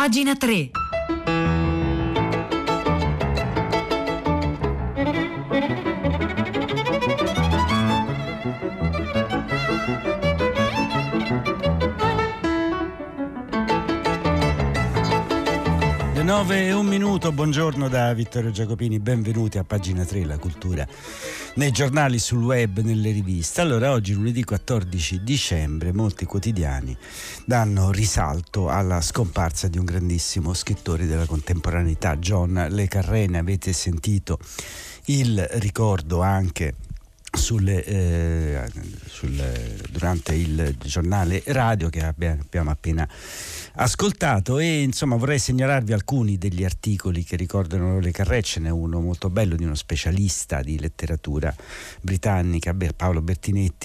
Pagina 3. Le 9:01, buongiorno da Vittorio Giacopini, benvenuti a Pagina 3, la cultura nei giornali, sul web, nelle riviste. Allora, oggi lunedì 14 dicembre molti quotidiani danno risalto alla scomparsa di un grandissimo scrittore della contemporaneità, John le Carré. Ne avete sentito il ricordo anche durante il giornale radio che abbiamo appena ascoltato, e insomma vorrei segnalarvi alcuni degli articoli che ricordano le Carré. Ce n'è uno molto bello di uno specialista di letteratura britannica, Paolo Bertinetti,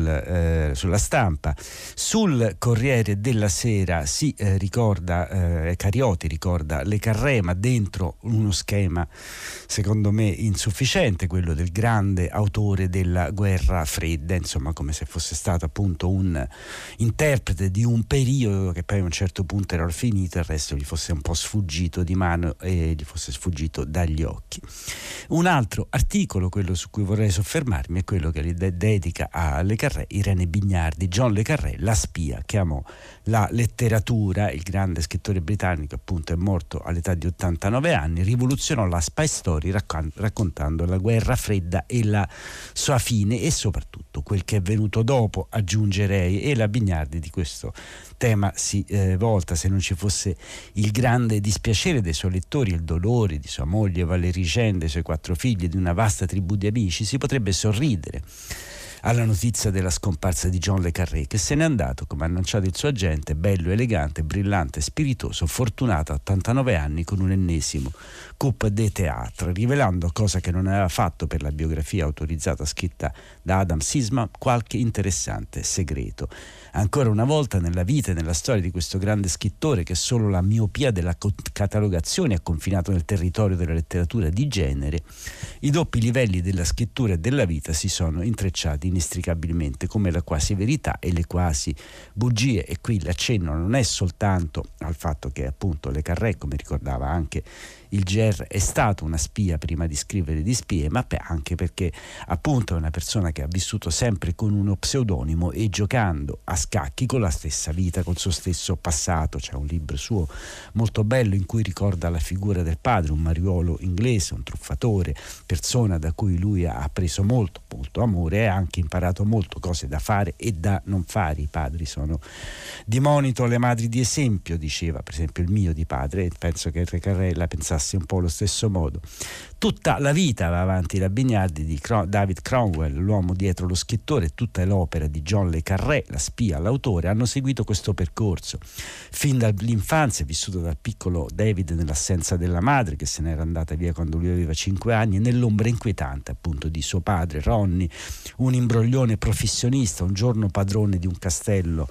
sulla Stampa. Sul Corriere della Sera si ricorda, Carioti ricorda le Carré, ma dentro uno schema secondo me insufficiente, quello del grande autore della guerra fredda, insomma come se fosse stato appunto un interprete di un periodo che poi a un certo punto era finito e il resto gli fosse un po' sfuggito di mano e gli fosse sfuggito dagli occhi. Un altro articolo, quello su cui vorrei soffermarmi, è quello che dedica a Le Carré Irene Bignardi. John le Carré, la spia che amò la letteratura. Il grande scrittore britannico appunto è morto all'età di 89 anni, rivoluzionò la spy story raccontando la guerra fredda e la sua fine e soprattutto quel che è venuto dopo, aggiungerei, e la Bignardi di questo tema si volta, se non ci fosse il grande dispiacere dei suoi lettori, il dolore di sua moglie Valérie Jeanne, dei suoi 4 figli e di una vasta tribù di amici, si potrebbe sorridere alla notizia della scomparsa di John le Carré, che se n'è andato, come ha annunciato il suo agente, bello, elegante, brillante, spiritoso, fortunato a 89 anni con un ennesimo coup de théâtre, rivelando, cosa che non aveva fatto per la biografia autorizzata scritta da Adam Sisma, qualche interessante segreto. Ancora una volta nella vita e nella storia di questo grande scrittore, che solo la miopia della catalogazione ha confinato nel territorio della letteratura di genere, i doppi livelli della scrittura e della vita si sono intrecciati inestricabilmente come la quasi verità e le quasi bugie. E qui l'accenno non è soltanto al fatto che appunto le Carré, come ricordava anche il GR, è stato una spia prima di scrivere di spie, ma anche perché appunto è una persona che ha vissuto sempre con uno pseudonimo e giocando a scacchi con la stessa vita, col suo stesso passato. C'è un libro suo molto bello in cui ricorda la figura del padre, un mariuolo inglese, un truffatore, persona da cui lui ha preso molto amore e ha anche imparato molto cose da fare e da non fare. I padri sono di monito, le madri di esempio, diceva per esempio il mio di padre, e penso che Le Carré la pensasse un po' allo stesso modo. Tutta la vita va avanti la Bignardi di David Cromwell, l'uomo dietro lo scrittore. Tutta l'opera di John le Carré, la spia, l'autore, hanno seguito questo percorso. Fin dall'infanzia, vissuto dal piccolo David nell'assenza della madre, che se n'era andata via quando lui aveva 5 anni, e nell'ombra inquietante appunto di suo padre Ronnie, un imbroglione professionista, un giorno padrone di un castello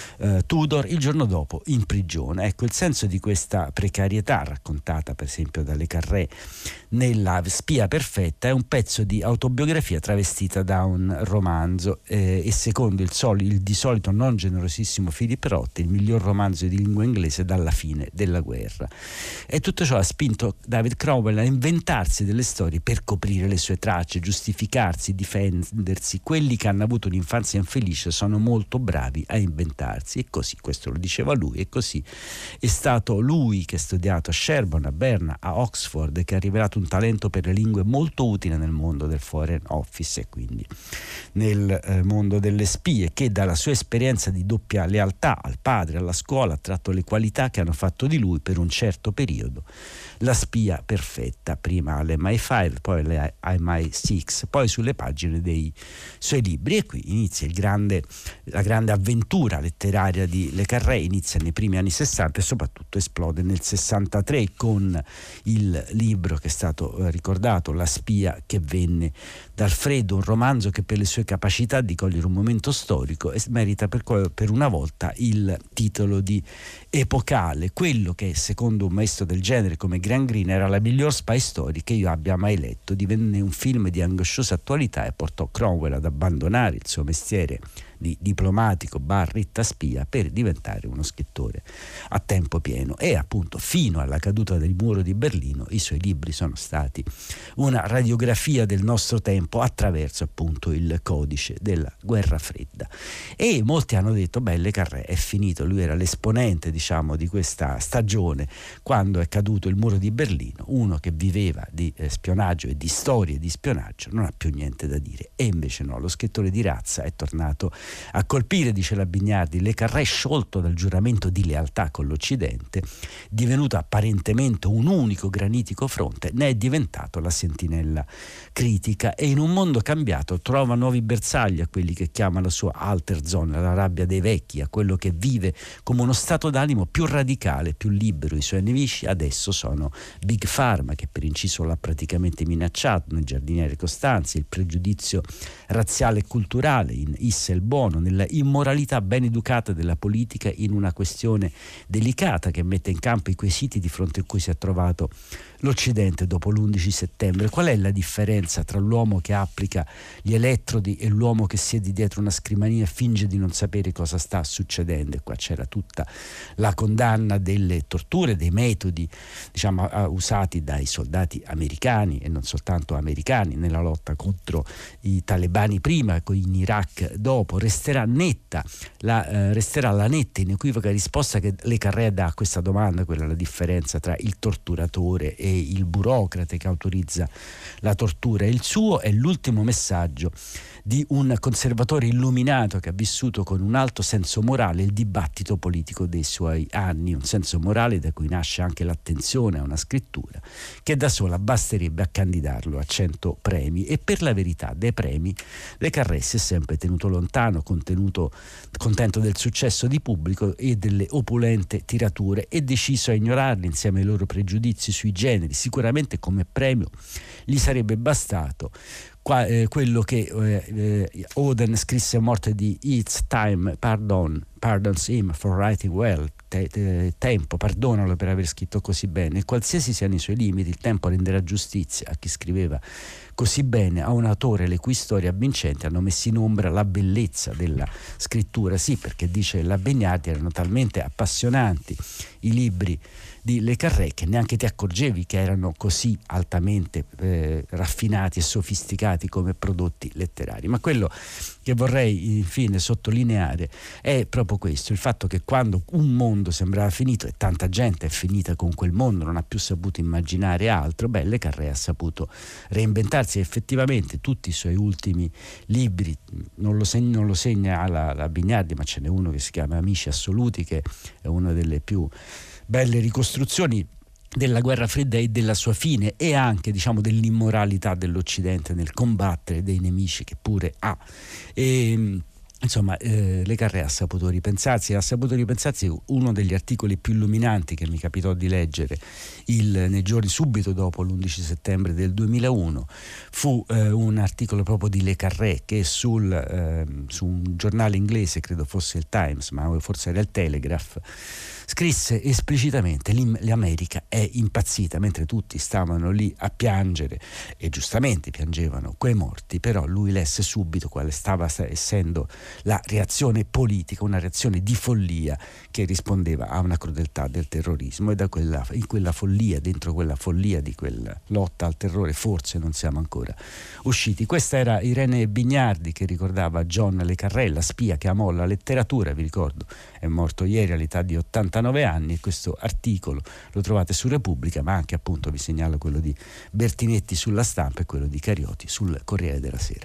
Tudor, il giorno dopo in prigione. Ecco, il senso di questa precarietà raccontata per esempio dalle Carré nella Spia perfetta è un pezzo di autobiografia travestita da un romanzo, e secondo il di solito non generosissimo Philip Roth, il miglior romanzo di lingua inglese dalla fine della guerra. E tutto ciò ha spinto David Cromwell a inventarsi delle storie per coprire le sue tracce, giustificarsi, difendersi. Quelli che hanno avuto un'infanzia infelice sono molto bravi a inventarsi, e così, questo lo diceva lui, e così è stato lui che ha studiato a Sherborne, a Berna, a Oxford, e che ha rivelato un talento per le lingue molto utile nel mondo del Foreign Office e quindi nel mondo delle spie, che dalla sua esperienza di doppia lealtà al padre e alla scuola ha tratto le qualità che hanno fatto di lui per un certo periodo la spia perfetta, prima alle MI5, poi alle MI6, poi sulle pagine dei suoi libri. E qui inizia la grande avventura letteraria di Le Carré, inizia nei primi anni 60 e soprattutto esplode nel 63 con il libro che è stato ricordato La spia che venne dal freddo, un romanzo che per le sue capacità di cogliere un momento storico merita per una volta il titolo di epocale, quello che secondo un maestro del genere come Graham Greene era la miglior spy story che io abbia mai letto. Divenne un film di angosciosa attualità e portò Cromwell ad abbandonare il suo mestiere di diplomatico / spia per diventare uno scrittore a tempo pieno, e appunto fino alla caduta del muro di Berlino i suoi libri sono stati una radiografia del nostro tempo attraverso appunto il codice della guerra fredda. E molti hanno detto Le Carré è finito, lui era l'esponente diciamo di questa stagione quando è caduto il muro di Berlino, uno che viveva di spionaggio e di storie di spionaggio non ha più niente da dire. E invece no, lo scrittore di razza è tornato a colpire, dice la Bignardi. Le Carré, sciolto dal giuramento di lealtà con l'Occidente, divenuto apparentemente un unico granitico fronte, ne è diventato la sentinella critica, e in un mondo cambiato trova nuovi bersagli a quelli che chiama la sua alter zone, la rabbia dei vecchi, a quello che vive come uno stato d'animo più radicale, più libero. I suoi nemici adesso sono Big Pharma, che per inciso l'ha praticamente minacciato nel Giardiniere Costanzi, il pregiudizio razziale e culturale in Issa il Buono, nella immoralità ben educata della politica in una questione delicata che mette in campo i quesiti di fronte a cui si è trovato l'Occidente dopo l'11 settembre. Qual è la differenza tra l'uomo che applica gli elettrodi e l'uomo che siede dietro una scrivania e finge di non sapere cosa sta succedendo? E qua c'era tutta la condanna delle torture, dei metodi diciamo usati dai soldati americani e non soltanto americani nella lotta contro i talebani prima, in Iraq dopo. Resterà la netta inequivoca risposta che Le Carré dà a questa domanda, quella è la differenza tra il torturatore e il burocrate che autorizza la tortura. Il suo è l'ultimo messaggio di un conservatore illuminato che ha vissuto con un alto senso morale il dibattito politico dei suoi anni, un senso morale da cui nasce anche l'attenzione a una scrittura che da sola basterebbe a candidarlo a 100 premi. E per la verità dei premi Le Carré si è sempre tenuto lontano, contento del successo di pubblico e delle opulente tirature, e deciso a ignorarli insieme ai loro pregiudizi sui generi. Sicuramente come premio gli sarebbe bastato quello che Auden scrisse a morte di It's Time pardons him for writing well, tempo, perdonalo per aver scritto così bene, e qualsiasi siano i suoi limiti il tempo renderà giustizia a chi scriveva così bene, a un autore le cui storie avvincenti hanno messo in ombra la bellezza della scrittura. Sì, perché dice la Begnardi erano talmente appassionanti i libri di Le Carré che neanche ti accorgevi che erano così altamente raffinati e sofisticati come prodotti letterari. Ma quello che vorrei infine sottolineare è proprio questo, il fatto che quando un mondo sembrava finito e tanta gente è finita con quel mondo, non ha più saputo immaginare altro, Le Carré ha saputo reinventarsi. Effettivamente tutti i suoi ultimi libri, non lo segna la Bignardi, ma ce n'è uno che si chiama Amici assoluti, che è una delle più belle ricostruzioni della guerra fredda e della sua fine, e anche diciamo dell'immoralità dell'Occidente nel combattere dei nemici che pure ha. Insomma, Le Carré ha saputo ripensarsi. Uno degli articoli più illuminanti che mi capitò di leggere nei giorni subito dopo l'11 settembre del 2001 fu un articolo proprio di Le Carré che su un giornale inglese, credo fosse il Times, ma forse era il Telegraph, scrisse esplicitamente: l'America è impazzita, mentre tutti stavano lì a piangere, e giustamente piangevano quei morti, però lui lesse subito quale stava essendo la reazione politica, una reazione di follia che rispondeva a una crudeltà del terrorismo, e in quella follia, dentro quella follia di quella lotta al terrore, forse non siamo ancora usciti. Questa era Irene Bignardi che ricordava John Le Carré, la spia che amò la letteratura. Vi ricordo, è morto ieri all'età di 89 anni, e questo articolo lo trovate su Repubblica, ma anche appunto vi segnalo quello di Bertinetti sulla Stampa e quello di Carioti sul Corriere della Sera.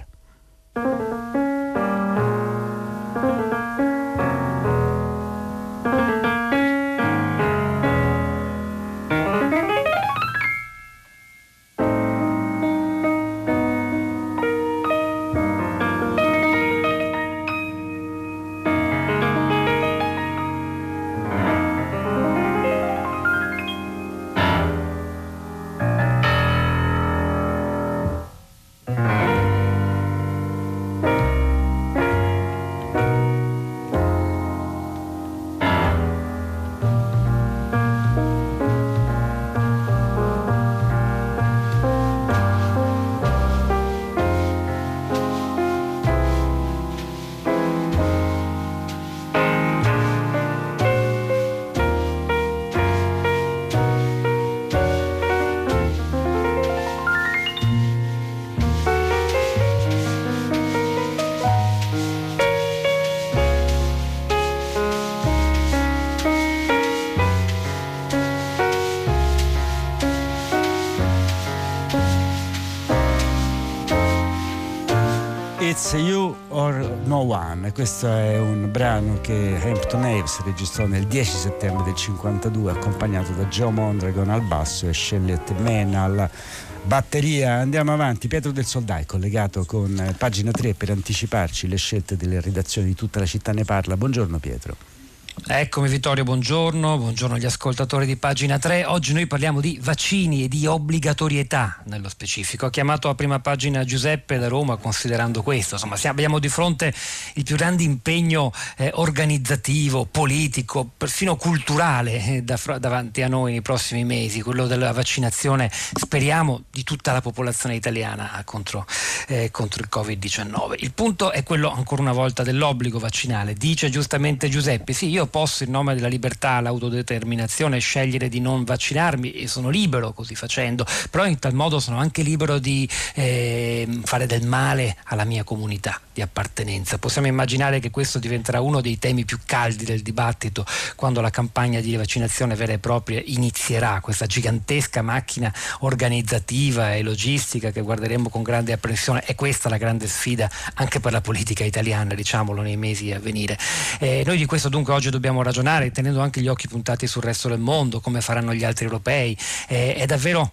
It's You or No One. Questo è un brano che Hampton Aves registrò nel 10 settembre del 52, accompagnato da Joe Mondragon al basso e Shelley Mann alla batteria. Andiamo avanti. Pietro del Soldà è collegato con Pagina 3 per anticiparci le scelte delle redazioni di Tutta la città ne parla. Buongiorno Pietro. Eccomi Vittorio, buongiorno agli ascoltatori di Pagina 3. Oggi noi parliamo di vaccini e di obbligatorietà nello specifico. Ha chiamato a prima pagina Giuseppe da Roma considerando questo. Insomma, abbiamo di fronte il più grande impegno organizzativo, politico, perfino culturale davanti a noi nei prossimi mesi, quello della vaccinazione, speriamo, di tutta la popolazione italiana contro il Covid-19. Il punto è quello ancora una volta dell'obbligo vaccinale. Dice giustamente Giuseppe, sì, io posso in nome della libertà, l'autodeterminazione scegliere di non vaccinarmi e sono libero così facendo, però in tal modo sono anche libero di fare del male alla mia comunità di appartenenza. Possiamo immaginare che questo diventerà uno dei temi più caldi del dibattito quando la campagna di vaccinazione vera e propria inizierà, questa gigantesca macchina organizzativa e logistica che guarderemo con grande apprensione. È questa la grande sfida anche per la politica italiana, diciamolo, nei mesi a venire. Noi di questo dunque oggi dobbiamo ragionare tenendo anche gli occhi puntati sul resto del mondo, come faranno gli altri europei. È davvero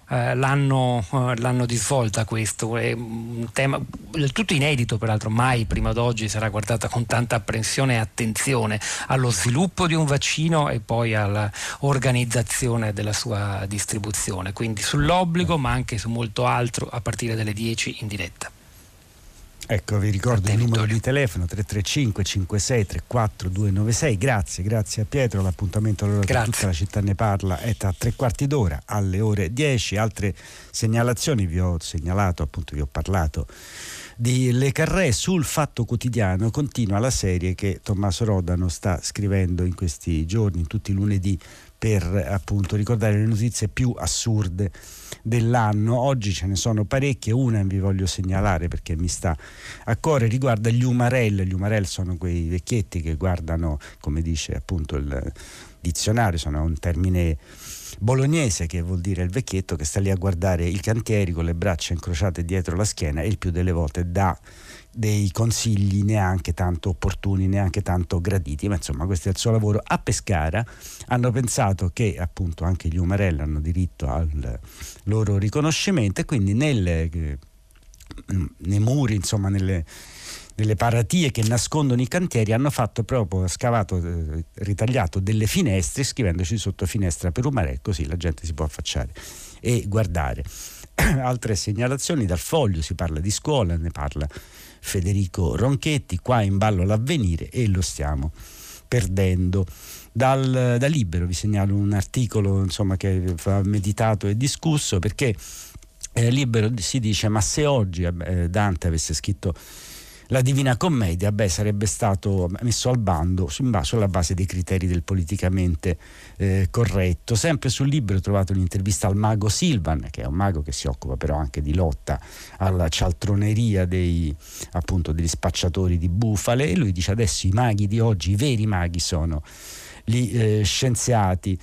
l'anno di svolta questo, è un tema del tutto inedito, peraltro mai prima d'oggi sarà guardata con tanta apprensione e attenzione allo sviluppo di un vaccino e poi alla organizzazione della sua distribuzione, quindi sull'obbligo ma anche su molto altro a partire dalle 10 in diretta. Ecco, vi ricordo il numero di telefono 335 56 34 296. Grazie a Pietro. L'appuntamento allora per Tutta la città ne parla è tra 3/4 d'ora alle ore 10. Altre segnalazioni vi ho segnalato, appunto vi ho parlato di Le Carré. Sul Fatto Quotidiano continua la serie che Tommaso Rodano sta scrivendo in questi giorni, in tutti i lunedì, per appunto ricordare le notizie più assurde dell'anno. Oggi ce ne sono parecchie, una vi voglio segnalare perché mi sta a cuore, riguarda gli Umarell. Gli Umarell sono quei vecchietti che guardano, come dice appunto il dizionario, sono un termine bolognese che vuol dire il vecchietto che sta lì a guardare i cantieri con le braccia incrociate dietro la schiena e il più delle volte dà dei consigli neanche tanto opportuni, neanche tanto graditi, ma insomma questo è il suo lavoro. A Pescara hanno pensato che appunto anche gli Umarell hanno diritto al loro riconoscimento e quindi nei muri, insomma nelle paratie che nascondono i cantieri hanno fatto proprio, scavato, ritagliato delle finestre scrivendoci sotto finestra per Umarell, così la gente si può affacciare e guardare. Altre segnalazioni dal Foglio, si parla di scuola, ne parla Federico Ronchetti, qua in ballo l'avvenire e lo stiamo perdendo. Da Libero vi segnalo un articolo insomma che va meditato e discusso, perché Libero si dice: ma se oggi Dante avesse scritto la Divina Commedia, sarebbe stato messo al bando sulla base dei criteri del politicamente corretto. Sempre sul Libro ho trovato un'intervista al mago Silvan, che è un mago che si occupa però anche di lotta alla cialtroneria degli spacciatori di bufale, e lui dice: adesso i maghi di oggi, i veri maghi, sono gli scienziati.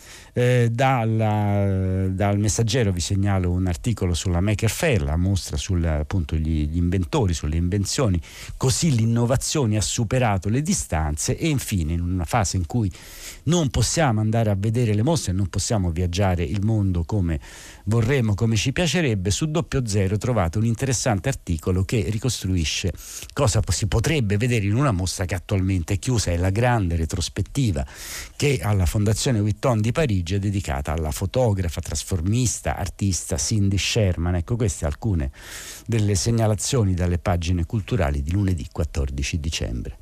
Dal Messaggero vi segnalo un articolo sulla Maker Faire, la mostra gli inventori, sulle invenzioni, così l'innovazione ha superato le distanze. E infine, in una fase in cui non possiamo andare a vedere le mostre, non possiamo viaggiare il mondo come vorremmo, come ci piacerebbe, su 00 trovate un interessante articolo che ricostruisce cosa si potrebbe vedere in una mostra che attualmente è chiusa. È la grande retrospettiva che alla Fondazione Whitton di Parigi è dedicata alla fotografa, trasformista, artista Cindy Sherman. Ecco, queste alcune delle segnalazioni dalle pagine culturali di lunedì 14 dicembre.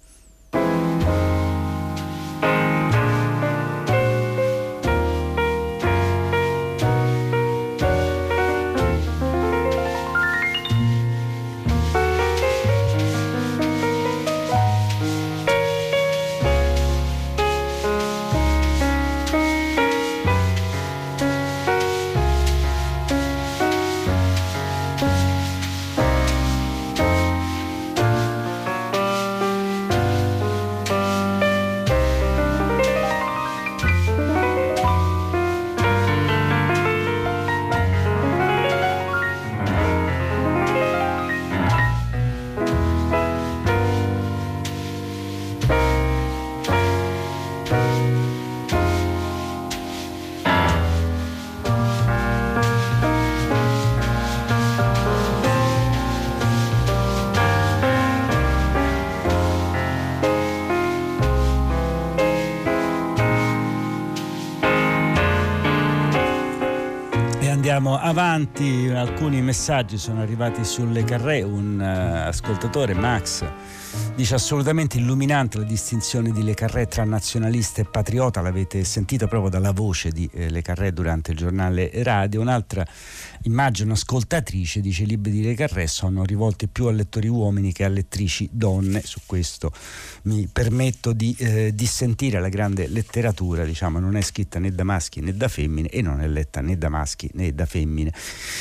andiamo avanti, alcuni messaggi sono arrivati sulle Carré. Un ascoltatore, Max, dice: assolutamente illuminante la distinzione di Le Carré tra nazionalista e patriota, l'avete sentito proprio dalla voce di Le Carré durante il giornale radio. Un'altra immagine, un'ascoltatrice, dice: i libri di Le Carré sono rivolti più a lettori uomini che a lettrici donne. Su questo mi permetto di dissentire. La grande letteratura, diciamo, non è scritta né da maschi né da femmine e non è letta né da maschi né da femmine.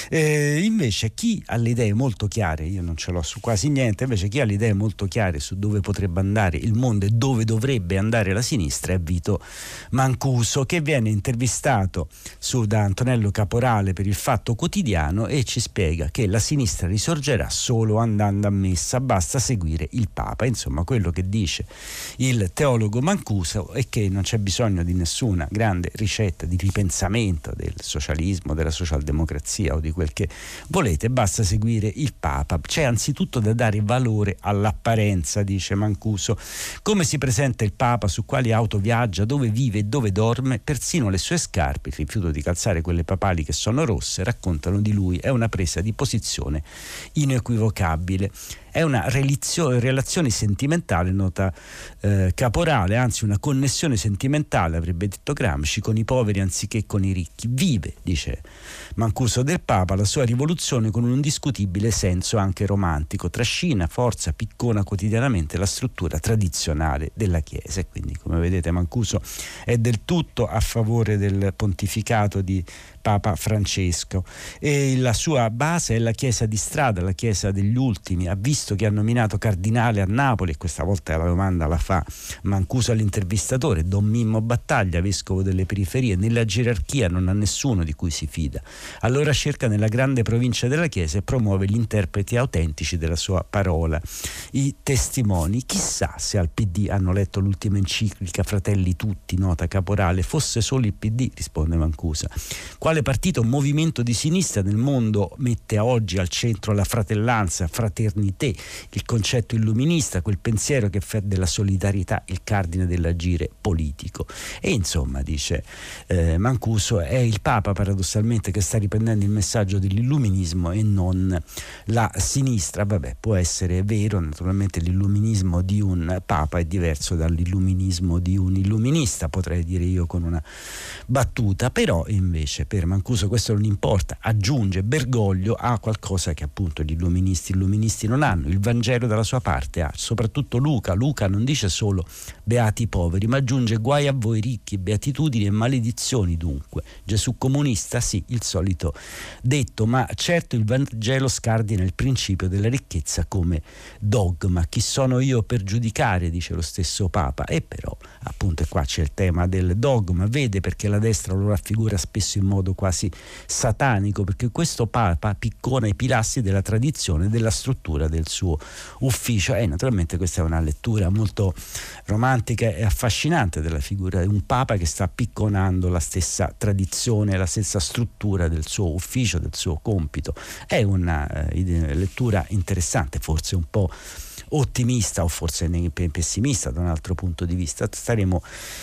Invece chi ha le idee molto chiare, io non ce l'ho su quasi niente, invece chi ha le idee molto chiare su dove potrebbe andare il mondo e dove dovrebbe andare la sinistra è Vito Mancuso, che viene intervistato da Antonello Caporale per il Fatto Quotidiano e ci spiega che la sinistra risorgerà solo andando a messa, basta seguire il Papa. Insomma, quello che dice il teologo Mancuso è che non c'è bisogno di nessuna grande ricetta di ripensamento del socialismo, della socialdemocrazia o di quel che volete, basta seguire il Papa. C'è anzitutto da dare valore all'apparenza, dice Mancuso. Come si presenta il Papa, su quali auto viaggia, dove vive e dove dorme, persino le sue scarpe, il rifiuto di calzare quelle papali che sono rosse, raccontano di lui. È una presa di posizione inequivocabile. È una relazione sentimentale, nota Caporale, anzi una connessione sentimentale, avrebbe detto Gramsci, con i poveri anziché con i ricchi. Vive, dice Mancuso, del Papa la sua rivoluzione con un indiscutibile senso anche romantico, trascina, forza, piccona quotidianamente la struttura tradizionale della Chiesa. E quindi, come vedete, Mancuso è del tutto a favore del pontificato di Papa Francesco e la sua base è la Chiesa di strada, la Chiesa degli ultimi. Ha visto che ha nominato cardinale a Napoli, e questa volta la domanda la fa Mancuso all'intervistatore, Don Mimmo Battaglia, vescovo delle periferie. Nella gerarchia non ha nessuno di cui si fida, allora cerca nella grande provincia della Chiesa e promuove gli interpreti autentici della sua parola, i testimoni. Chissà se al PD hanno letto l'ultima enciclica Fratelli Tutti, nota Caporale. Fosse solo il PD, risponde Mancuso. Quale partito o movimento di sinistra nel mondo mette oggi al centro la fratellanza, fraternité, il concetto illuminista, quel pensiero che fa della solidarietà il cardine dell'agire politico? E insomma, dice Mancuso, è il Papa paradossalmente che sta riprendendo il messaggio dell'illuminismo e non la sinistra. Vabbè, può essere vero, naturalmente l'illuminismo di un Papa è diverso dall'illuminismo di un illuminista, potrei dire io con una battuta, però invece per Mancuso questo non importa. Aggiunge: Bergoglio ha qualcosa che appunto gli illuministi non hanno, il Vangelo dalla sua parte ha, soprattutto Luca non dice solo beati i poveri, ma aggiunge: guai a voi ricchi, beatitudini e maledizioni dunque. Gesù comunista? Sì, il solito detto, ma certo il Vangelo scardina il principio della ricchezza come dogma. Chi sono io per giudicare, dice lo stesso Papa. E però appunto, e qua c'è il tema del dogma, vede perché la destra lo raffigura spesso in modo quasi satanico, perché questo Papa piccona i pilastri della tradizione, della struttura del suo ufficio. E naturalmente questa è una lettura molto romantica e affascinante della figura di un Papa che sta picconando la stessa tradizione, la stessa struttura del suo ufficio, del suo compito. È una lettura interessante, forse un po' ottimista o forse pessimista da un altro punto di vista. Staremo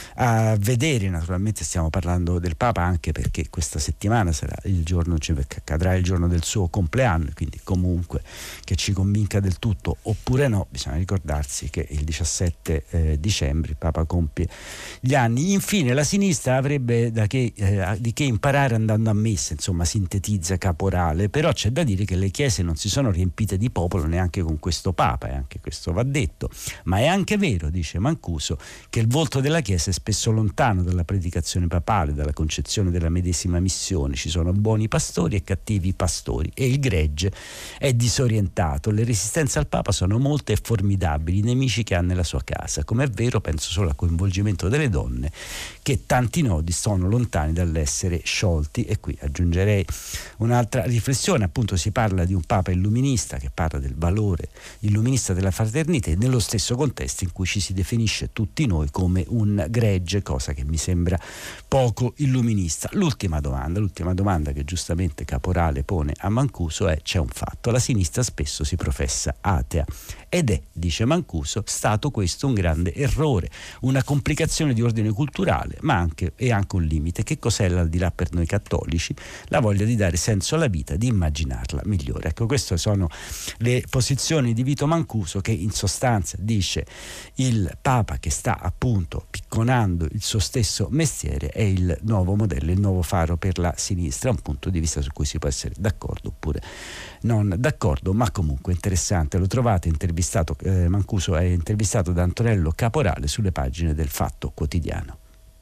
a vedere. Naturalmente stiamo parlando del Papa anche perché questa settimana sarà il giorno, cadrà il giorno del suo compleanno, quindi comunque che ci convinca del tutto oppure no, bisogna ricordarsi che il 17 dicembre il Papa compie gli anni. Infine, la sinistra avrebbe di che imparare andando a messa, insomma, sintetizza Caporale, però c'è da dire che le chiese non si sono riempite di popolo neanche con questo Papa, anche questo va detto, ma è anche vero, dice Mancuso, che il volto della Chiesa è spesso lontano dalla predicazione papale, dalla concezione della medesima missione. Ci sono buoni pastori e cattivi pastori e il gregge è disorientato. Le resistenze al Papa sono molte e formidabili, i nemici che ha nella sua casa. Come è vero, penso solo al coinvolgimento delle donne, che tanti nodi sono lontani dall'essere sciolti. E qui aggiungerei un'altra riflessione, appunto si parla di un Papa illuminista che parla del valore illuminista della della fraternità, nello stesso contesto in cui ci si definisce tutti noi come un gregge, cosa che mi sembra poco illuminista. L'ultima domanda che giustamente Caporale pone a Mancuso è: c'è un fatto, la sinistra spesso si professa atea ed è, dice Mancuso, stato questo un grande errore, una complicazione di ordine culturale, ma anche un limite. Che cos'è l'aldilà per noi cattolici? La voglia di dare senso alla vita, di immaginarla migliore. Ecco, queste sono le posizioni di Vito Mancuso, che in sostanza dice: il Papa che sta appunto picconando il suo stesso mestiere è il nuovo modello, il nuovo faro per la sinistra, un punto di vista su cui si può essere d'accordo oppure non d'accordo, ma comunque interessante. Lo trovate intervistato, Mancuso è intervistato da Antonello Caporale sulle pagine del Fatto Quotidiano.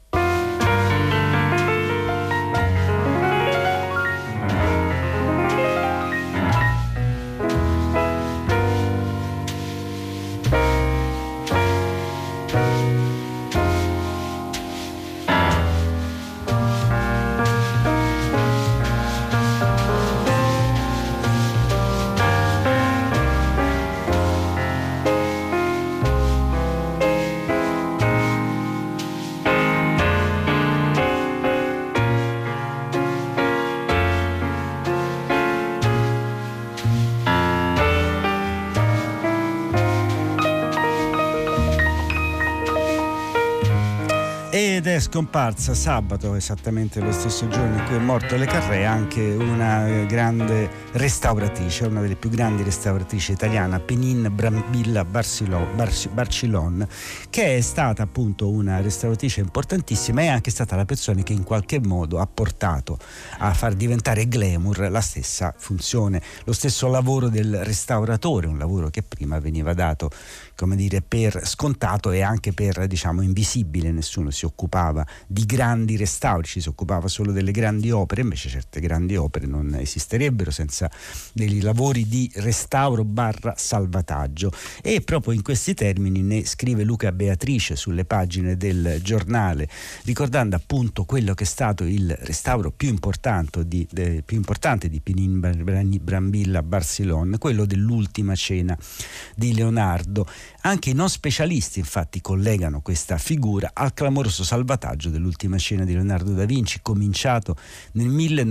Ed è scomparsa sabato, esattamente lo stesso giorno in cui è morto Le Carré, anche una grande restauratrice, una delle più grandi restauratrici italiane, Penin Brambilla Barcilon, che è stata appunto una restauratrice importantissima e è anche stata la persona che in qualche modo ha portato a far diventare glamour la stessa funzione, lo stesso lavoro del restauratore, un lavoro che prima veniva dato, come dire, per scontato e anche per, diciamo, invisibile. Nessuno si occupava di grandi restauri, ci si occupava solo delle grandi opere, invece certe grandi opere non esisterebbero senza dei lavori di restauro / salvataggio, e proprio in questi termini ne scrive Luca Beatrice sulle pagine del Giornale, ricordando appunto quello che è stato il restauro più importante di Penin Brambilla Barcilon, quello dell'Ultima Cena di Leonardo. Anche i non specialisti infatti collegano questa figura al clamoroso salvataggio dell'Ultima Cena di Leonardo da Vinci, cominciato nel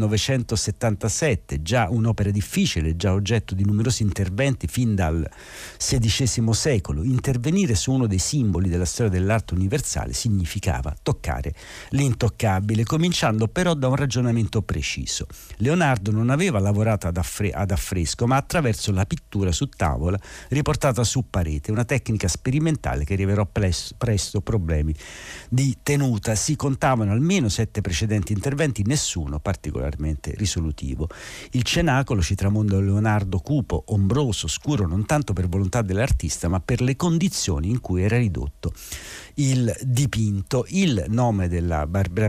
1977, già un'opera difficile, già oggetto di numerosi interventi fin dal XVI secolo. Intervenire su uno dei simboli della storia dell'arte universale significava toccare l'intoccabile, cominciando però da un ragionamento preciso. Leonardo non aveva lavorato ad affresco, ma attraverso la pittura su tavola riportata su parete, una tecnica sperimentale che rivelò presto problemi di tenuta. Si contavano almeno 7 precedenti interventi, nessuno particolarmente risolutivo. Il cenacolo ci tramonda Leonardo cupo, ombroso, scuro, non tanto per volontà dell'artista ma per le condizioni in cui era ridotto il dipinto. Il nome della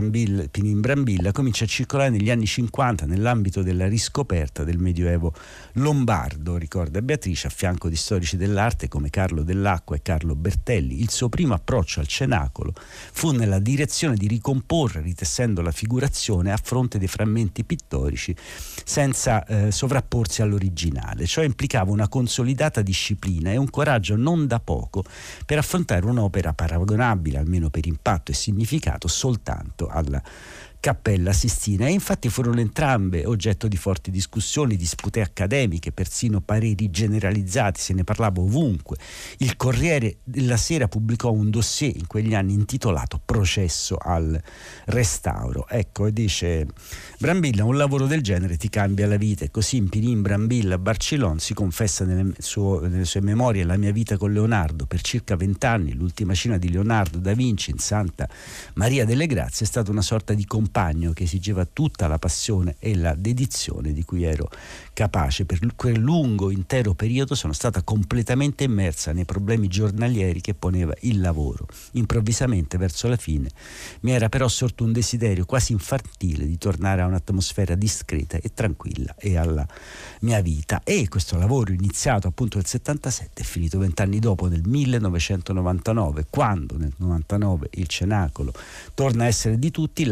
Penin Brambilla comincia a circolare negli anni 50 nell'ambito della riscoperta del Medioevo lombardo, ricorda Beatrice, a fianco di storici dell'arte come Carlo Dell'Acqua e Carlo Bertelli. Il suo primo approccio al cenacolo fu nella direzione di ricomporre, ritessendo la figurazione a fronte dei frammenti pittorici senza sovrapporsi all'originale. Ciò implicava una consolidata disciplina e un coraggio non da poco per affrontare un'opera paragonabile, almeno per impatto e significato, soltanto alla Cappella Sistina, e infatti furono entrambe oggetto di forti discussioni, dispute accademiche, persino pareri generalizzati, se ne parlava ovunque. Il Corriere della Sera pubblicò un dossier in quegli anni intitolato Processo al restauro. Ecco, e dice Brambilla: un lavoro del genere ti cambia la vita, e così in Penin Brambilla Barcilon si confessa nelle sue memorie: la mia vita con Leonardo per circa 20 anni, l'Ultima Cena di Leonardo da Vinci in Santa Maria delle Grazie, è stata una sorta di compagno che esigeva tutta la passione e la dedizione di cui ero capace. Per quel lungo intero periodo sono stata completamente immersa nei problemi giornalieri che poneva il lavoro. Improvvisamente, verso la fine, mi era però sorto un desiderio quasi infantile di tornare a un'atmosfera discreta e tranquilla e alla mia vita. E questo lavoro, iniziato appunto nel 77, è finito 20 anni dopo, nel 1999, quando nel 99 il cenacolo torna a essere di tutti. La grande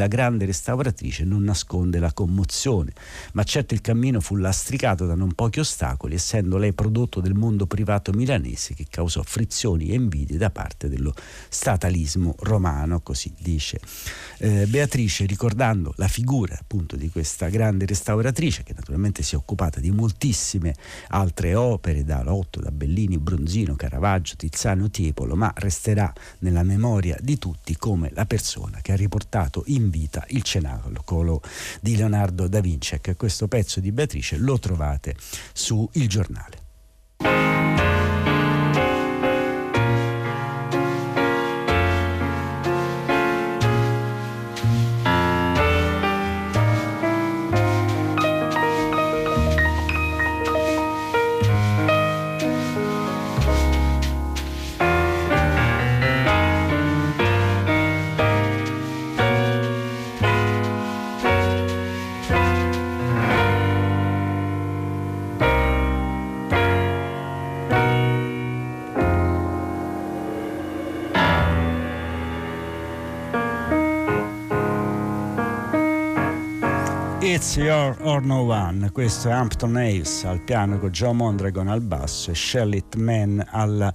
grande restauratrice non nasconde la commozione, ma certo il cammino fu lastricato da non pochi ostacoli, essendo lei prodotto del mondo privato milanese che causò frizioni e invidie da parte dello statalismo romano, così dice Beatrice, ricordando la figura appunto di questa grande restauratrice che naturalmente si è occupata di moltissime altre opere, da Lotto, da Bellini, Bronzino, Caravaggio, Tiziano, Tiepolo, ma resterà nella memoria di tutti come la persona che ha riportato in vita il cenacolo di Leonardo da Vinci. Ecco, questo pezzo di Beatrice lo trovate su Il Giornale. It's Your or No One, questo è Hampton Ace al piano con Joe Mondragon al basso e Shellit Man alla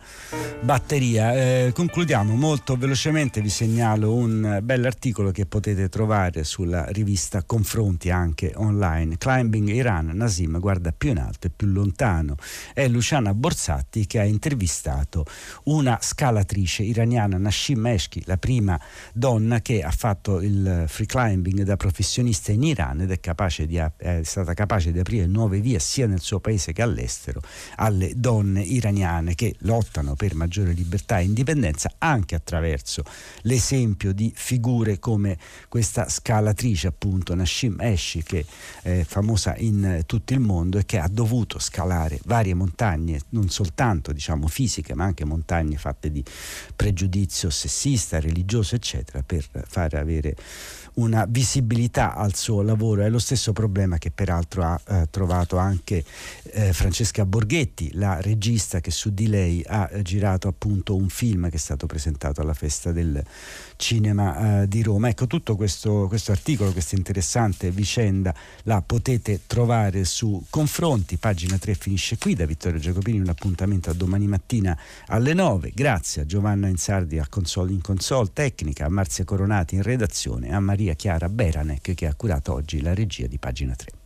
batteria. Concludiamo molto velocemente, vi segnalo un bell'articolo che potete trovare sulla rivista Confronti anche online. Climbing Iran, Nasim guarda più in alto e più lontano. È Luciana Borsatti che ha intervistato una scalatrice iraniana, Nassim Eshki, la prima donna che ha fatto il free climbing da professionista in Iran ed è stata capace di aprire nuove vie sia nel suo paese che all'estero alle donne iraniane che lottano per maggiore libertà e indipendenza, anche attraverso l'esempio di figure come questa scalatrice appunto Nassim Eshki, che è famosa in tutto il mondo e che ha dovuto scalare varie montagne, non soltanto diciamo fisiche ma anche montagne fatte di pregiudizio sessista, religioso eccetera, per far avere una visibilità al suo lavoro. È lo stesso problema che peraltro ha trovato anche Francesca Borghetti, la regista che su di lei ha girato appunto un film che è stato presentato alla Festa del Cinema di Roma. Ecco, tutto questo articolo, questa interessante vicenda la potete trovare su Confronti. Pagina 3 finisce qui. Da Vittorio Giacopini un appuntamento a domani mattina alle 9. Grazie a Giovanna Insardi in console tecnica, a Marzia Coronati in redazione, a Maria Chiara Beranec che ha curato oggi la regia di Pagina 3.